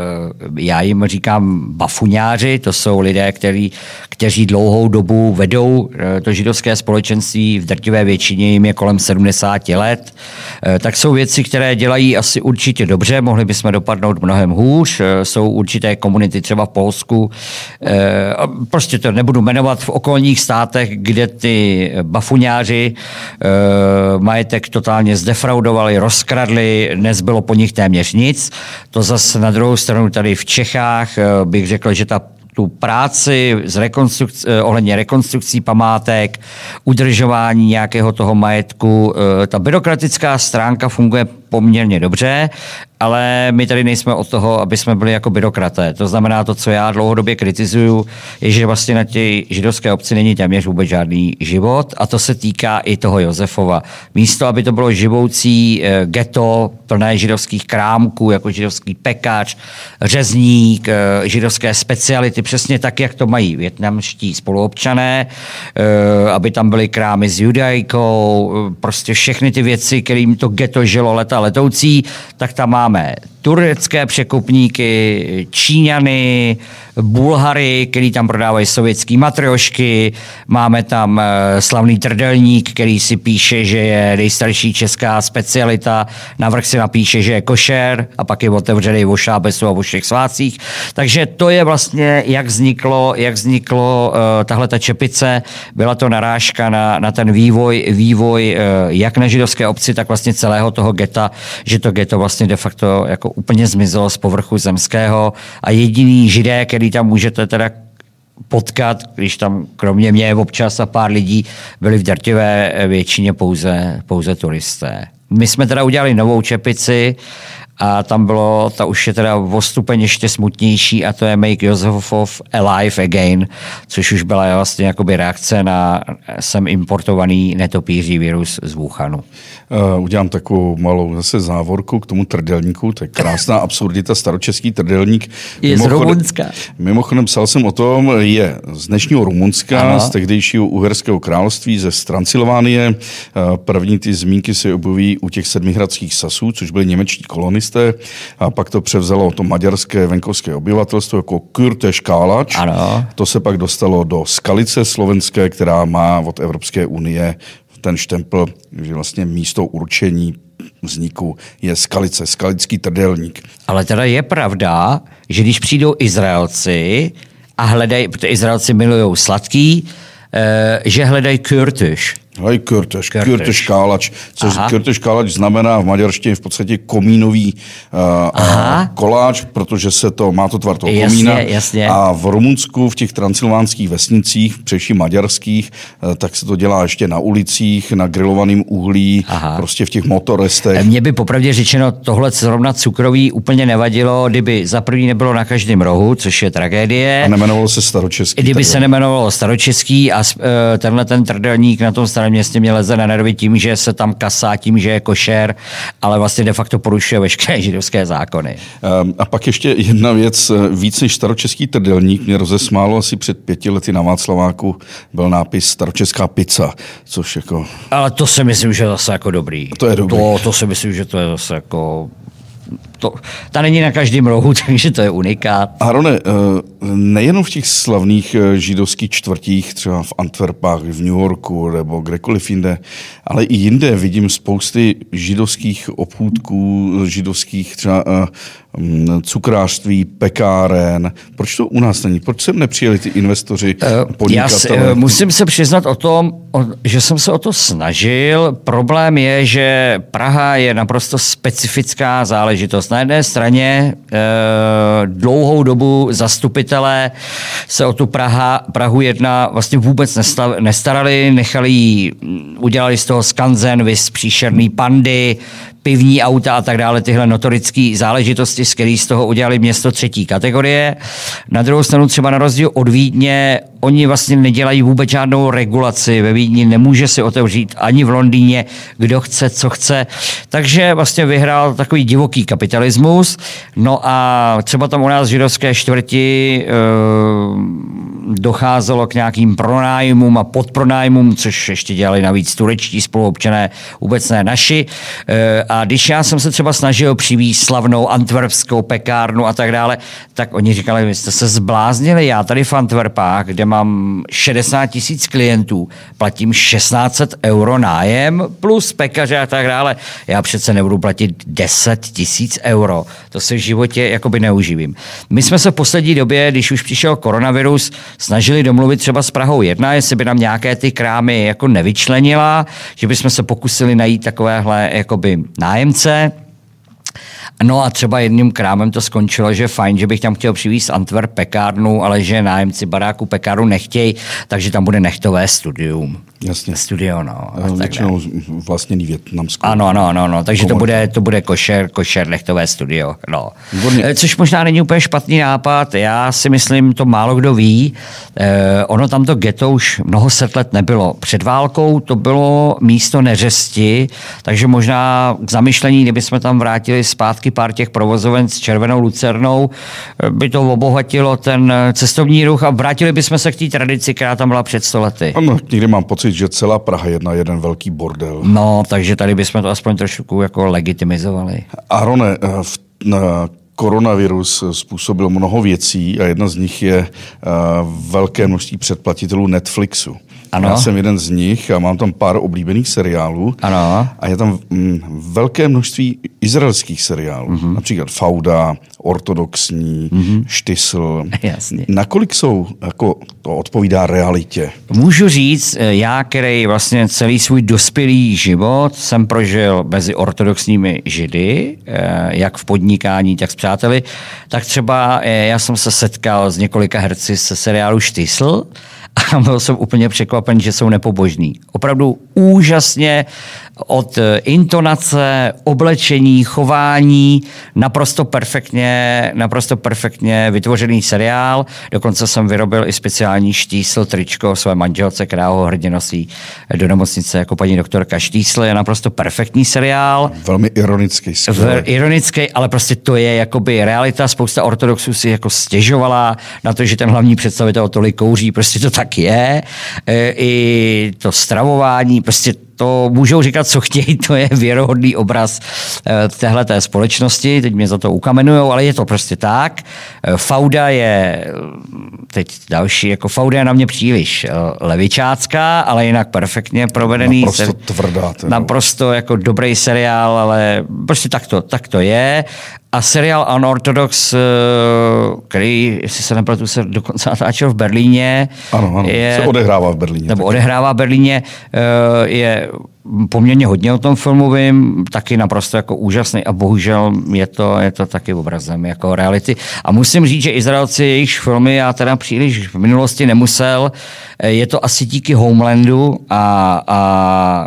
já jim říkám bafuňáři, to jsou lidé, který, kteří dlouhou dobu vedou to židovské společenství, v drtivé většině jim je kolem sedmdesát let, tak jsou věci, které dělají asi určitě dobře, mohli bychom dopadnout mnohem hůř, jsou určité komunity třeba v Polsku, prostě to nebudu jmenovat, v okolních státech, kde ty bafuňáři majetek totálně zdefraudovali, rozkradli, nezbylo po nich téměř nic. To zase na druhou stranu tady v Čechách bych řekl, že ta tu práci z rekonstrukcí, ohledně rekonstrukcí památek, udržování nějakého toho majetku. Ta byrokratická stránka funguje poměrně dobře, ale my tady nejsme od toho, aby jsme byli jako byrokraté. To znamená, to, co já dlouhodobě kritizuju, je, že vlastně na té židovské obci není téměř vůbec žádný život a to se týká i toho Josefova. Místo, aby to bylo živoucí ghetto plné židovských krámků, jako židovský pekař, řezník, židovské speciality, přesně tak, jak to mají vietnamští spoluobčané, aby tam byly krámy s judajkou, prostě všechny ty věci, kterým to ghetto žilo leta letoucí, tak tam máme turecké překupníky, Číňany, Bulhary, který tam prodávají sovětský matriošky, máme tam slavný trdelník, který si píše, že je nejstarší česká specialita, navrch si napíše, že je košer a pak je otevřený o šábesu a o všech svácích. Takže to je vlastně, jak vzniklo, jak vzniklo uh, tahle ta čepice. Byla to narážka na, na ten vývoj, vývoj uh, jak na židovské obci, tak vlastně celého toho geta, že to ghetto vlastně de facto jako úplně zmizelo z povrchu zemského a jediný židé, který tam můžete teda potkat, když tam kromě mě občas a pár lidí byli v drtivé většině pouze, pouze turisté. My jsme teda udělali novou čepici a tam bylo, ta už je teda o stupeň ještě smutnější a to je Make Josefov Alive Again, což už byla vlastně jakoby reakce na sem importovaný netopíří virus z Wuhanu. Uh, udělám takovou malou zase závorku k tomu trdelníku, to je krásná absurdita, staročeský trdelník. Je z Rumunska. Mimochodem psal jsem o tom, je z dnešního Rumunska, ano. Z tehdejšího Uherského království, ze Transylvánie. Uh, první ty zmínky se objeví u těch sedmihradských Sasů, což byli němečtí kolonisté. A pak to převzalo to maďarské venkovské obyvatelstvo jako Kürte Skálač. Ano. To se pak dostalo do Skalice slovenské, která má od Evropské unie ten štempl, že vlastně místo určení vzniku je Skalice, skalický trdelník. Ale teda je pravda, že když přijdou Izraelci a hledají, protože Izraelci milujou sladký, eh, že hledají kürtyš. Hej, kürtyš, kürtyš škálač, což kürtyš škálač znamená v maďarštině v podstatě komínový uh, koláč, protože se to, má to tvar toho jasně, komína. Jasně. A v Rumunsku, v těch transylvánských vesnicích, především maďarských, uh, tak se to dělá ještě na ulicích, na grilovaném uhlí, Aha. prostě v těch motorestech. Mně by popravdě řečeno tohle zrovna cukroví úplně nevadilo, kdyby za první nebylo na každém rohu, což je tragédie. A nemenovalo se staročeský. Kdyby trdelník. se nemenovalo staročeský a uh, tenhle ten trdelník na tom starém městě mě leze na nervy tím, že se tam kasá, tím, že je košer, ale vlastně de facto porušuje veškeré židovské zákony. Um, a pak ještě jedna věc, víc než staročeský trdelník mě rozesmálo asi před pěti lety na Václaváku byl nápis staročeská pizza, což jako... Ale to si myslím, že je zase jako dobrý. To je dobrý. To, to si myslím, že to je zase jako... To, ta není na každém rohu, takže to je unikát. Arone, nejenom v těch slavných židovských čtvrtích, třeba v Antwerpách, v New Yorku nebo kdekoliv jinde, ale i jinde vidím spousty židovských obchůdků, židovských třeba cukrářství, pekáren. Proč to u nás není? Proč sem nepřijeli ty investoři, podnikatelé? Já musím se přiznat o tom, že jsem se o to snažil. Problém je, že Praha je naprosto specifická záležitost. Na jedné straně eh, dlouhou dobu zastupitelé se o tu Praha, Prahu jedna vlastně vůbec nestav, nestarali, nechali jí, udělali z toho skanzen, vys příšerný pandy, pivní auta a tak dále, tyhle notorické záležitosti, z kterých z toho udělali město třetí kategorie. Na druhou stranu třeba na rozdíl od Vídně, oni vlastně nedělají vůbec žádnou regulaci. Ve Vídni nemůže si otevřít ani v Londýně, kdo chce, co chce. Takže vlastně vyhrál takový divoký kapitalismus. No a třeba tam u nás v židovské čtvrti e, docházelo k nějakým pronájmům a podpronájmům, což ještě dělali navíc turečtí spoluobčané, vůbec ne naši. E, A když já jsem se třeba snažil přivízt slavnou antwerpskou pekárnu a tak dále, tak oni říkali, vy jste se zbláznili, já tady v Antwerpách, kde mám šedesát tisíc klientů, platím šestnáct set euro nájem plus pekaře a tak dále. Já přece nebudu platit deset tisíc euro. To se v životě jakoby neuživím. My jsme se v poslední době, když už přišel koronavirus, snažili domluvit třeba s Prahou jedna, jestli by nám nějaké ty krámy jako nevyčlenila, že bychom se pokusili najít takovéhle jakoby nájemce. No a třeba jedním krámem to skončilo, že fajn, že bych tam chtěl přivést Antwerp pekárnu, ale že nájemci baráku pekárnu nechtějí, takže tam bude nechtové studium. Jasně. Studio, no. Většinou vlastněný vietnamskou. Ano, ano, ano, ano. Takže to bude, to bude košer, košer nechtové studio. No. Což možná není úplně špatný nápad. Já si myslím, to málo kdo ví. Eh, ono tam to ghetto už mnoho set let nebylo. Před válkou to bylo místo neřesti, takže možná k zamyšlení, kdybychom tam vrátili zpátky pár těch provozoven s červenou lucernou, by to obohatilo ten cestovní ruch a vrátili bychom se k té tradici, která tam byla před sto lety. Ano, někdy mám pocit, že celá Praha je jedna jeden velký bordel. No, takže tady bychom to aspoň trošku jako legitimizovali. Arone, v, na, koronavirus způsobil mnoho věcí a jedna z nich je uh, velké množství předplatitelů Netflixu. Ano. Já jsem jeden z nich a mám tam pár oblíbených seriálů. Ano. A je tam mm, velké množství izraelských seriálů. Mm-hmm. Například Fauda, Ortodoxní, mm-hmm. Štisl. Jasně. Nakolik jsou, jako to odpovídá realitě? Můžu říct, já, který vlastně celý svůj dospělý život jsem prožil mezi ortodoxními židy, jak v podnikání, tak s přáteli, tak třeba já jsem se setkal s několika herci se seriálu Štisl, a byl jsem úplně překvapen, že jsou nepobožní. Opravdu úžasně od intonace, oblečení, chování, naprosto perfektně, naprosto perfektně vytvořený seriál. Dokonce jsem vyrobil i speciální Štísl tričko své manželce, která ho hrdě nosí do nemocnice jako paní doktorka Štísl. Je naprosto perfektní seriál. Velmi ironický. Skvěle. Ironický, ale prostě to je jakoby realita. Spousta ortodoxů si jako stěžovala na to, že ten hlavní představitel tolik kouří. Prostě to tak je. I to stravování, prostě to můžou říkat, co chtějí, to je věrohodný obraz téhleté společnosti, teď mě za to ukamenujou, ale je to prostě tak. Fauda je, teď další, jako Fauda je na mě příliš levičácká, ale jinak perfektně provedený. Naprosto ser... tvrdá. Teda. Naprosto jako dobrý seriál, ale prostě tak to, tak to je. A seriál Unorthodox, který, jestli se nepletu, se dokonce natáčel v Berlíně. Ano, ano, je, se odehrává v Berlíně. Nebo taky. odehrává v Berlíně, je poměrně hodně o tom filmu vím, taky naprosto jako úžasný a bohužel je to, je to taky obrazem jako reality. A musím říct, že Izraelci, jejichž filmy já teda příliš v minulosti nemusel, je to asi díky Homelandu a, a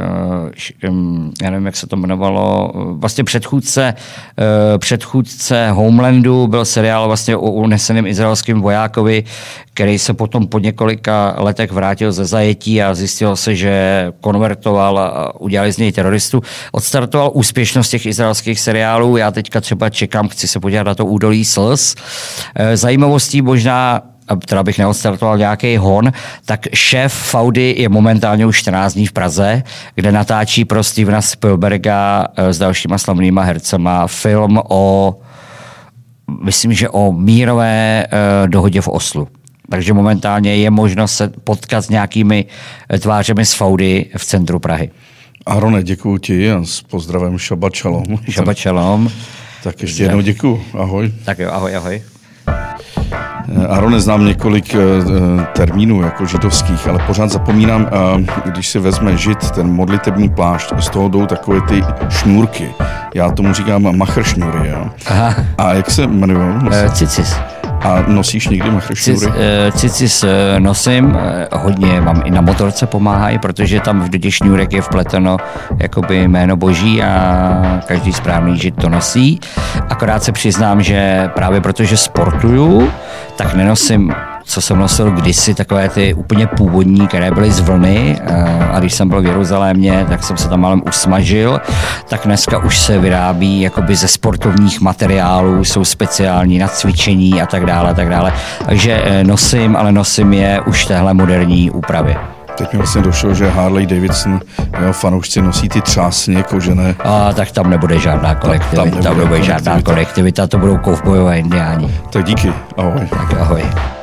já nevím, jak se to jmenovalo, vlastně předchůdce, předchůdce Homelandu byl seriál vlastně o uneseném izraelském vojákovi, který se potom po několika letech vrátil ze zajetí a zjistilo se, že konvertoval a udělali z něj teroristu. Odstartoval úspěšnost těch izraelských seriálů. Já teďka třeba čekám, chci se podívat na to Údolí slz. Zajímavostí možná, teda bych neodstartoval nějaký hon, tak šéf Faudy je momentálně už čtrnáct dní v Praze, kde natáčí pro Stevena Spielberga s dalšíma slavnýma hercema film o, myslím, že o mírové uh, dohodě v Oslu. Takže momentálně je možnost se potkat s nějakými tvářemi z Faudy v centru Prahy. Arone, děkuju ti a s pozdravem Šabat šalom. Šabat šalom. Tak ještě jednou děkuju. Ahoj. Tak jo, ahoj, ahoj. Arone, znám několik uh, termínů jako židovských, ale pořád zapomínám, uh, když si vezme žid, ten modlitební plášť, z toho jdou takové ty šnůrky. Já tomu říkám machršňůry. Aha. A jak se jmenují? Uh, cicis. A nosíš někdy machršňůry? Cicis nosím, hodně mám i na motorce pomáhají, protože tam do těch šňůrek je vpleteno jakoby jméno boží a každý správný žid to nosí. Akorát se přiznám, že právě protože sportuju, tak nenosím, co jsem nosil kdysi, takové ty úplně původní, které byly z vlny, a když jsem byl v Jeruzalémě, tak jsem se tam malem usmažil, tak dneska už se vyrábí jakoby ze sportovních materiálů, jsou speciální na cvičení a tak dále, a tak dále. Takže nosím, ale nosím je už v téhle moderní úpravě. Teď mi vlastně došlo, že Harley Davidson, jeho fanoušci nosí ty třásně kožené. A tak tam nebude žádná kolektivita, tam nebude, tam nebude žádná kolektivita, to budou kovbojové indiáni. Tak díky, ahoj. Tak ahoj.